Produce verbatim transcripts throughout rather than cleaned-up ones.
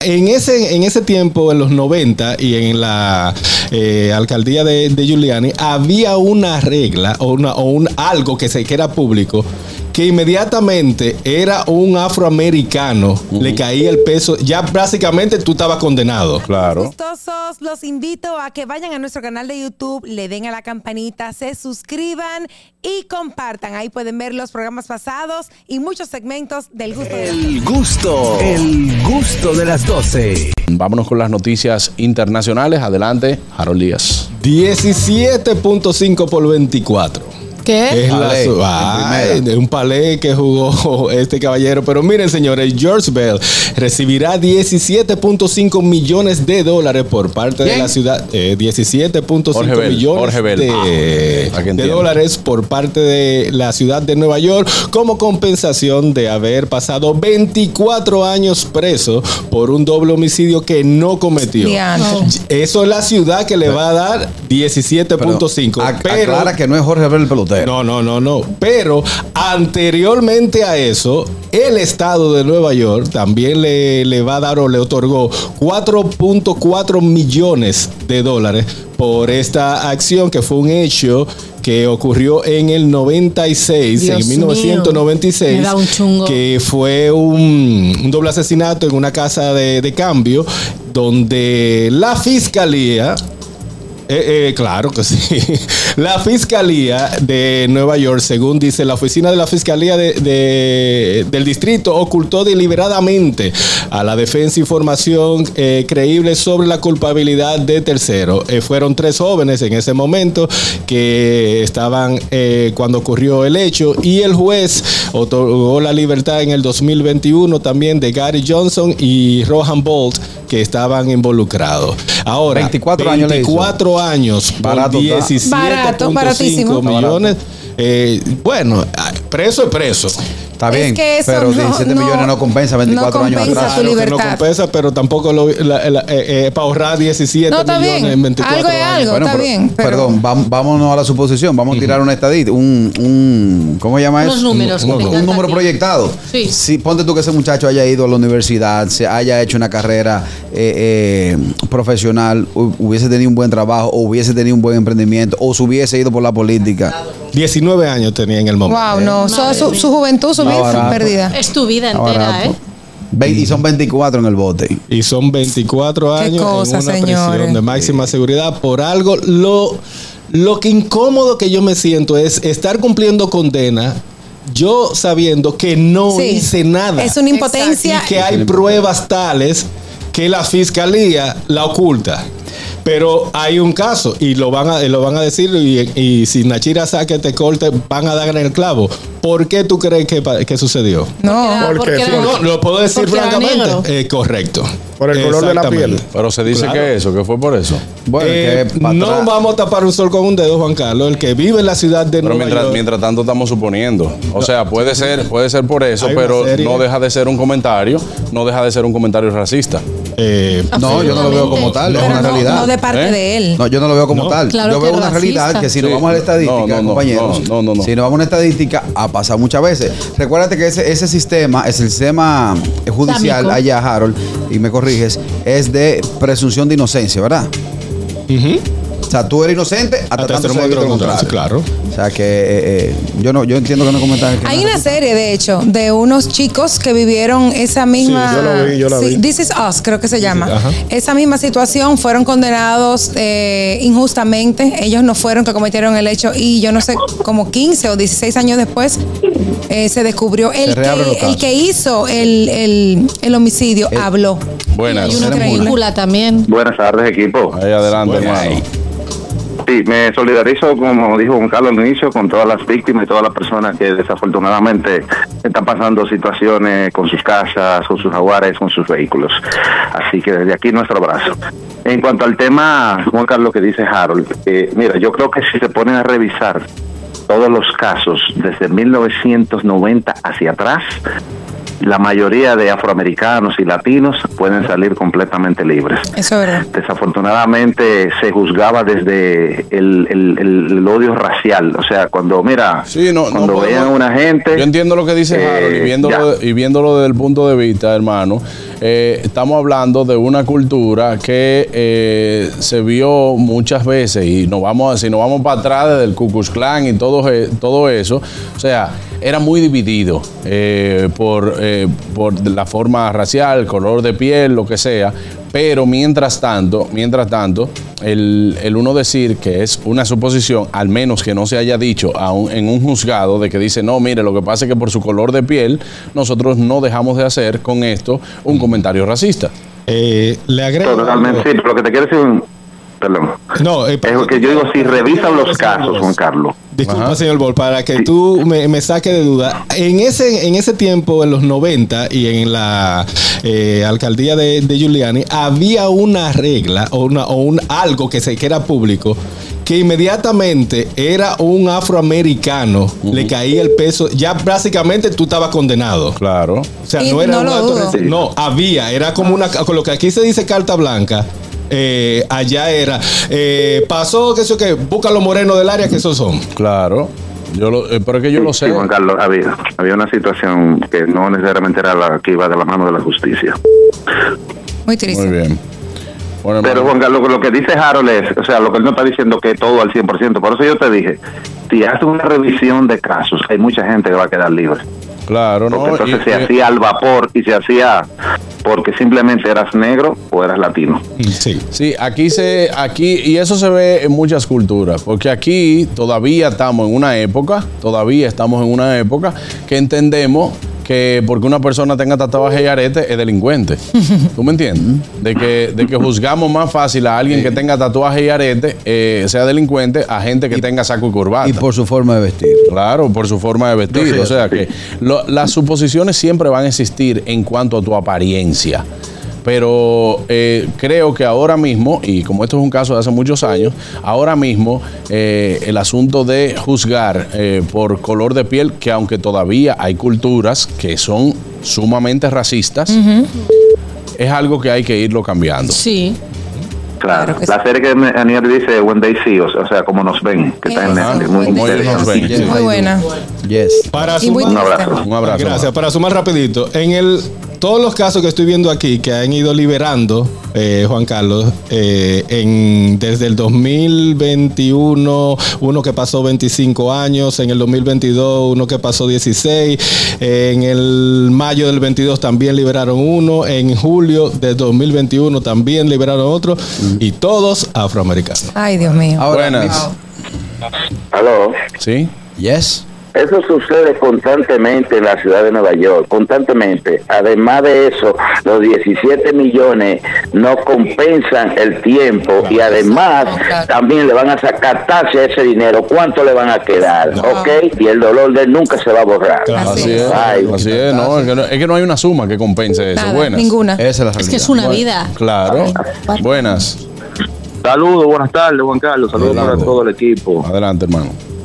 En ese, en ese tiempo, en los noventa y en la eh, alcaldía de, de Giuliani, había una regla o, una, o un, algo que, se, que era público, que inmediatamente era un afroamericano, uh-huh. le caía el peso, ya básicamente tú estabas condenado. Claro. Gustosos, los invito a que vayan a nuestro canal de YouTube, le den a la campanita, se suscriban y compartan. Ahí pueden ver los programas pasados y muchos segmentos del gusto. El gusto, el gusto de las doce. Vámonos con las noticias internacionales. Adelante, Harold Díaz. diecisiete punto cinco por veinticuatro. ¿Qué? Es palé, la, ay, de un palé que jugó este caballero. Pero miren, señores, George Bell recibirá diecisiete punto cinco millones de dólares por parte ¿Quién? de la ciudad. Eh, diecisiete punto cinco millones de, ah, de dólares por parte de la ciudad de Nueva York como compensación de haber pasado veinticuatro años preso por un doble homicidio que no cometió. Oh. Eso es la ciudad que le va a dar diecisiete punto cinco. Pero aclara que no es Jorge Bell el pelotero. No, no, no, no. Pero anteriormente a eso, el estado de Nueva York también le, le va a dar o le otorgó cuatro punto cuatro millones de dólares por esta acción, que fue un hecho que ocurrió en el noventa y seis, Dios en mil novecientos noventa y seis, que fue un, un doble asesinato en una casa de, de cambio, donde la fiscalía... Eh, eh, claro que sí. La Fiscalía de Nueva York, según dice la oficina de la Fiscalía de, de, del distrito, ocultó deliberadamente a la defensa información eh, creíble sobre la culpabilidad de tercero. Eh, fueron tres jóvenes en ese momento que estaban eh, cuando ocurrió el hecho, y el juez otorgó la libertad en el dos mil veintiuno también de Gary Johnson y Rohan Bolt, que estaban involucrados. Ahora, veinticuatro años, veinticuatro años barato, por diecisiete punto cinco millones. Eh, bueno, preso es preso. Está bien, es que pero diecisiete no, millones no compensa veinticuatro no años compensa atrás. Tu claro que no compensa, pero tampoco lo, la, la, eh, eh, para ahorrar diecisiete no, millones bien. en veinticuatro algo es años. algo, bueno, está pero, bien. Pero... Perdón, vamos, vámonos a la suposición. Vamos uh-huh. a tirar una estadística, un, un, ¿cómo se llama eso? Unos números. Un, un, un número proyectado. Sí. Si ponte tú que ese muchacho haya ido a la universidad, se haya hecho una carrera eh, eh, profesional, hubiese tenido un buen trabajo, o hubiese tenido un buen emprendimiento, o se hubiese ido por la política. diecinueve años tenía en el momento. Wow, no, so, su, su juventud, su vida fue perdida. Es tu vida entera, ¿eh? Y son veinticuatro en el bote. Y son veinticuatro años cosa, en una señores. prisión de máxima seguridad por algo. Lo, lo que incómodo que yo me siento es estar cumpliendo condena, yo sabiendo que no sí, hice nada. Es una impotencia. Y que hay pruebas tales que la fiscalía la oculta. Pero hay un caso y lo van a, lo van a decir, y, y si Nachira saque te corte, van a dar en el clavo. ¿Por qué tú crees que, que sucedió? No, porque, porque, porque no, lo puedo decir francamente. Eh, correcto. Por el color de la piel. Pero se dice claro. que eso, que fue por eso. Bueno, eh, que no vamos a tapar un sol con un dedo, Juan Carlos. El que vive en la ciudad de pero Nueva mientras, York. mientras tanto estamos suponiendo. O sea, puede ser, puede ser por eso, pero no deja de ser un comentario, no deja de ser un comentario racista. Eh, no, yo no lo veo como tal, no, es una no, realidad. No de parte ¿Eh? de él. No, yo no lo veo como no. tal. Claro yo veo que una racista. realidad que si sí. nos vamos a la estadística, no, no, no, compañeros, no, no, no, no. si nos vamos a una estadística, ha pasado muchas veces. Recuérdate que ese, ese sistema, ese sistema judicial Támico. allá, Harold, y me corriges, es de presunción de inocencia, ¿verdad? Uh-huh. O sea, tú eres inocente hasta, hasta tanto se lo contrario. Claro. O sea, que eh, eh, yo no yo entiendo que no comentan. Hay una serie, de hecho, de unos chicos que vivieron esa misma... Sí, yo la vi, yo la sí, vi. This Is Us, creo que se llama. Ajá. Esa misma situación, fueron condenados eh, injustamente. Ellos no fueron que cometieron el hecho y yo no sé, como quince o dieciséis años después eh, se descubrió el se que, el que hizo el, el, el homicidio, el, habló. Buenas. Y una película también. Buenas tardes, equipo. Ahí adelante, Buenas. hermano. Sí, me solidarizo, como dijo Juan Carlos al inicio, con todas las víctimas y todas las personas que desafortunadamente están pasando situaciones con sus casas, con sus jaguares, con sus vehículos. Así que desde aquí nuestro abrazo. En cuanto al tema, Juan Carlos, que dice Harold, eh, mira, yo creo que si se ponen a revisar todos los casos desde mil novecientos noventa hacia atrás, la mayoría de afroamericanos y latinos pueden salir completamente libres. Eso es verdad. Desafortunadamente se juzgaba desde el, el, el, el odio racial. O sea, cuando, mira, sí, no, cuando no veían a una gente... Yo entiendo lo que dice Harold, eh, y, viéndolo, y viéndolo desde el punto de vista, hermano, eh, estamos hablando de una cultura que eh, se vio muchas veces, y nos vamos, si nos vamos para atrás desde el Ku Klux Klan y todo, todo eso, o sea, era muy dividido eh, por, eh, por la forma racial, color de piel, lo que sea. Pero mientras tanto, mientras tanto, el, el uno decir que es una suposición, al menos que no se haya dicho a un, en un juzgado, de que dice, no, mire, lo que pasa es que por su color de piel, nosotros no dejamos de hacer con esto un comentario racista. Eh, le agrego. Totalmente, sí, pero lo que te quiero decir, perdón. No, eh, es que yo digo, si revisan los casos, Juan Carlos. Disculpa, Ajá. señor Bol, para que tú me, me saques de duda. En ese, en ese tiempo, en los noventa y en la eh, alcaldía de, de Giuliani, había una regla o, una, o un algo que, se, que era público, que inmediatamente era un afroamericano, uh-huh. le caía el peso, ya básicamente tú estabas condenado. Claro. O sea, y no era no un lo acto dudo. reci- No, había, era como una, con lo que aquí se dice carta blanca. Eh, allá era eh, pasó que eso que busca los morenos del área que esos son. Claro. Yo lo, eh, pero es que yo lo sé. Sí, Juan Carlos, había, había una situación que no necesariamente era la que iba de la mano de la justicia. Muy triste. Muy bien. Bueno, Pero hermano, Juan Carlos, lo que dice Harold es, o sea, lo que él no está diciendo que todo al cien por ciento. Por eso yo te dije, si haces una revisión de casos, hay mucha gente que va a quedar libre. claro, Porque ¿no? entonces Y- se y- hacía al vapor y se hacía porque simplemente eras negro o eras latino. Sí. Sí, aquí se, aquí, y eso se ve en muchas culturas, porque aquí todavía estamos en una época, todavía estamos en una época que entendemos que porque una persona tenga tatuaje y arete es delincuente. ¿Tú me entiendes? De que, de que juzgamos más fácil a alguien que tenga tatuaje y arete, eh, sea delincuente, a gente que tenga saco y corbata. Y por su forma de vestir. Claro, por su forma de vestir. O sea que lo- las suposiciones siempre van a existir en cuanto a tu apariencia. Pero eh, creo que ahora mismo, y como esto es un caso de hace muchos años, ahora mismo eh, el asunto de juzgar eh, por color de piel, que aunque todavía hay culturas que son sumamente racistas, es algo que hay que irlo cambiando. Sí. Claro, Claro que la serie que Aniel dice When They See Us, o sea, como nos ven, que está en Ajá. Netflix, muy Como ellos nos interesante. ven. Sí. Muy buena. Yes. Para Y muy sumar, Un abrazo. Un abrazo. gracias. Para sumar rapidito, en el todos los casos que estoy viendo aquí que han ido liberando, eh, Juan Carlos, eh, en, desde el dos mil veintiuno, uno que pasó veinticinco años, en el dos mil veintidós, uno que pasó dieciséis, eh, en el mayo del veintidós también liberaron uno, en julio del dos mil veintiuno también liberaron otro, y todos afroamericanos. Ay, Dios mío. Ahora, Buenas. Aló. ¿Sí? Yes. Eso sucede constantemente en la ciudad de Nueva York, constantemente. Además de eso, los diecisiete millones no compensan el tiempo y además también le van a sacar taxes a ese dinero. ¿Cuánto le van a quedar? ¿Ok? Y el dolor de él nunca se va a borrar. Claro. Así es. Ay. Así es, no, es que no, es que no hay una suma que compense eso. Nada, Buenas. ninguna. Esa es la realidad. Es que es una vida. Claro. Buenas. Saludos, buenas tardes, Juan Carlos. Saludos Adelante. para todo el equipo. Adelante, hermano.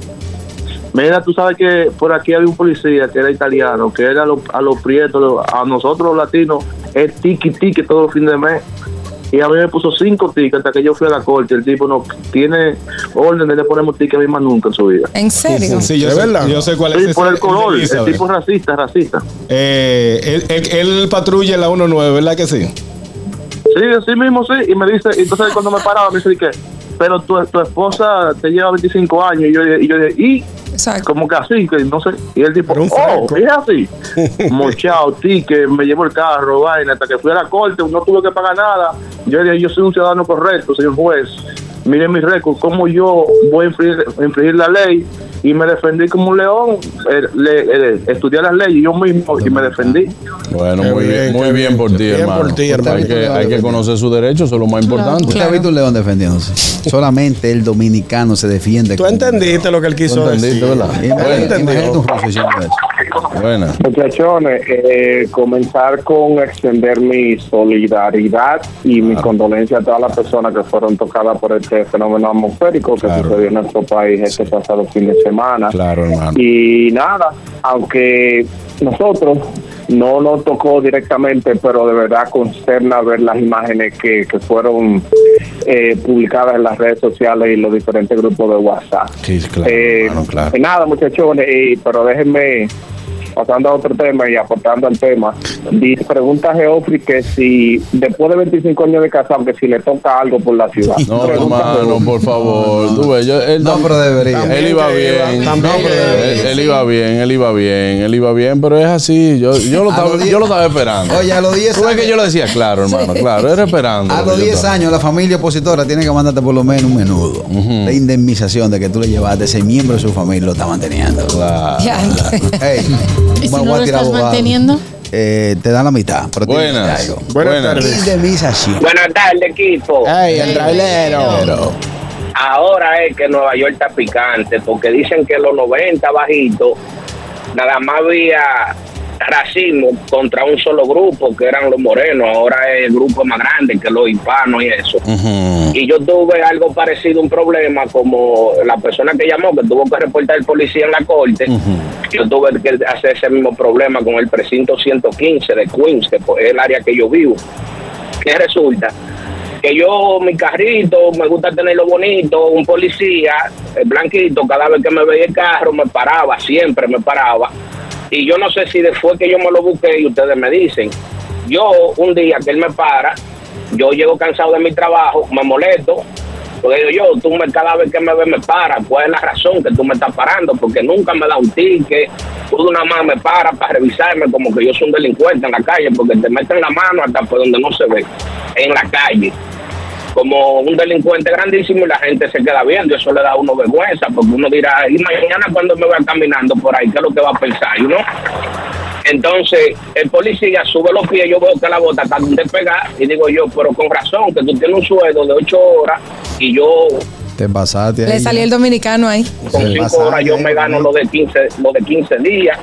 Mira, tú sabes que por aquí había un policía que era italiano, que era a los, a los prietos, a nosotros los latinos, es tiki tiki todo el fin de mes. Y a mí me puso cinco tickets hasta que yo fui a la corte. El tipo no tiene orden de le ponemos ticket a mí más nunca en su vida. ¿En serio? Sí, yo, ¿Es sé, verdad? yo sé cuál es Sí, ese- por el color, ese el Elizabeth. tipo es racista, racista. Eh, él, él- él patrulla en la uno nueve, ¿verdad que sí? Sí, así mismo sí. Y me dice, entonces cuando me paraba me dice que, pero tu, tu esposa te lleva veinticinco años. Y yo, y yo dije, ¿y? Exacto. Como que así, que no sé. Y el tipo, oh, es así. Mochao, ticket, me llevo el carro, vaina, hasta que fui a la corte, no tuve que pagar nada. Yo dije, yo soy un ciudadano correcto, señor juez. Miren mi récord, cómo yo voy a infringir, infringir la ley. Y me defendí como un león. Eh, le, eh, estudié las leyes yo mismo y me defendí. Bueno, Qué muy bien, bien, muy qué bien bien. por ti, Bien hermano. por ti, hermano. Hay que, hay que conocer sus derechos, eso es lo más importante. ¿Usted ha visto un león defendiéndose? Solamente el dominicano se defiende. Tú entendiste lo que él quiso Tú entendiste, decir. ¿verdad? Imagínate, Bueno, imagínate un ruso diciendo eso. Buenas. Muchachones, eh, comenzar con extender mi solidaridad y mi condolencia a todas las personas que fueron tocadas por este fenómeno atmosférico que Claro. sucedió en nuestro país este pasado fin de semana. Claro, hermano. Y nada, aunque nosotros no nos tocó directamente, pero de verdad consterna ver las imágenes que, que fueron eh, publicadas en las redes sociales y los diferentes grupos de WhatsApp. Sí, claro, Eh, hermano, claro. pues nada, muchachones, eh, pero déjenme pasando a otro tema y aportando al tema, dice, pregunta a Geoffrey que si después de veinticinco años de casado, que si le toca algo por la ciudad. No, Pregunta a hermano, Geoffrey. por favor. Tú ves, yo- él No, tam- pero debería. Él iba bien. También No, pero que- él, él iba bien, él iba bien, él iba bien, pero es así. Yo, yo, lo, A estaba, los diez- yo lo estaba esperando. Oye, a los diez Tú ves años- que yo lo decía, claro, hermano, claro, era esperando. A los Yo diez estaba- años, la familia opositora tiene que mandarte por lo menos un menudo. La indemnización de que tú le llevaste, ese miembro de su familia lo está manteniendo. Claro. Ya. Ey, ¿Y si bueno, no voy a lo tirar estás abogado. manteniendo? Eh, te dan la mitad. Pero tienes que Buenas. hacer algo. Buenas tardes. Indemnización. Buenas tardes, equipo. Ay, el trailero. Ahora es que Nueva York está picante, porque dicen que en los noventa bajitos nada más había racismo contra un solo grupo, que eran los morenos. Ahora es el grupo más grande que los hispanos y eso. Ujú. Y yo tuve algo parecido, un problema, como la persona que llamó, que tuvo que reportar al policía en la corte. Yo tuve que hacer ese mismo problema con el precinto ciento quince de Queens, que es el área que yo vivo. ¿Qué resulta? Que yo, mi carrito, me gusta tenerlo bonito, un policía, el blanquito, cada vez que me veía el carro, me paraba, siempre me paraba. Y yo no sé si después que yo me lo busqué y ustedes me dicen, yo un día que él me para, yo llego cansado de mi trabajo, me molesto, porque digo yo, tú me, cada vez que me ves me paras, ¿cuál es la razón que tú me estás parando? Porque nunca me da un ticket, tú nada más me paras para revisarme como que yo soy un delincuente en la calle, porque te meten la mano hasta por donde no se ve, en la calle, como un delincuente grandísimo, y la gente se queda viendo, eso le da a uno vergüenza, porque uno dirá, y mañana cuando me vea caminando por ahí, ¿qué es lo que va a pensar? ¿no? Entonces, el policía sube los pies, yo veo que la bota está despegada, y digo yo, pero con razón, que tú tienes un sueldo de ocho horas, y yo Te pasaste ahí. Le salió el dominicano ahí. con Sí, cinco pasaste horas yo ahí, me gano ¿no? lo de quince, lo de quince días.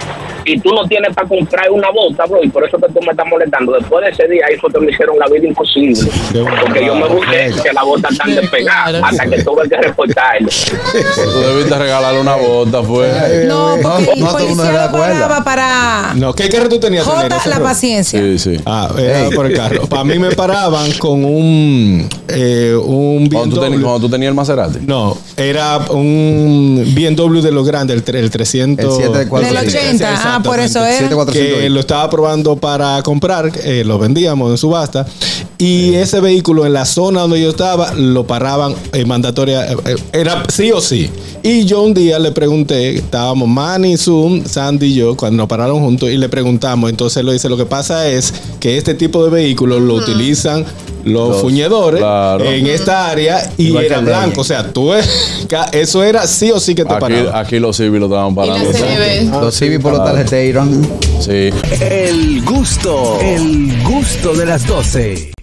Y tú no tienes para comprar una bota, bro, y por eso que tú me estás molestando. Después de ese día, ahí fue que me hicieron la vida imposible. Porque yo me busqué que la bota está despegada Claro. hasta que tuve que reportarlo. Tú debiste regalarle una bota, fue. No, porque el no todo el mundo se policía da lo cuenta. paraba para No, ¿qué carro tú tenías? Jota, Nene? la paciencia. Sí, sí. Ah, era por el carro. Para mí me paraban con un eh, un Cuando tú, B M teni- W. cuando tú tenías el Maserati. No, era un B M W de los grandes, el, tre- el trescientos. El siete cuatro Del cinco. ochenta. Ah, por eso era. siete cuatro cinco. Que lo estaba probando para comprar, eh, lo vendíamos en subasta, y ese vehículo en la zona donde yo estaba lo paraban en mandatoria, eh, eh, era sí o sí. Y yo un día le pregunté, estábamos Manny, Zoom, Sandy y yo, cuando nos pararon juntos, y le preguntamos, entonces lo dice, lo que pasa es que este tipo de vehículos lo utilizan los, Los- fuñedores claro. en esta área y Igual que era el blanco, Ley. o sea, tú eso era sí o sí que te Aquí, paraban. aquí los civiles lo estaban Y parando. la C B B. Los civis por los tarjeteros. Sí. El gusto, el gusto de las doce.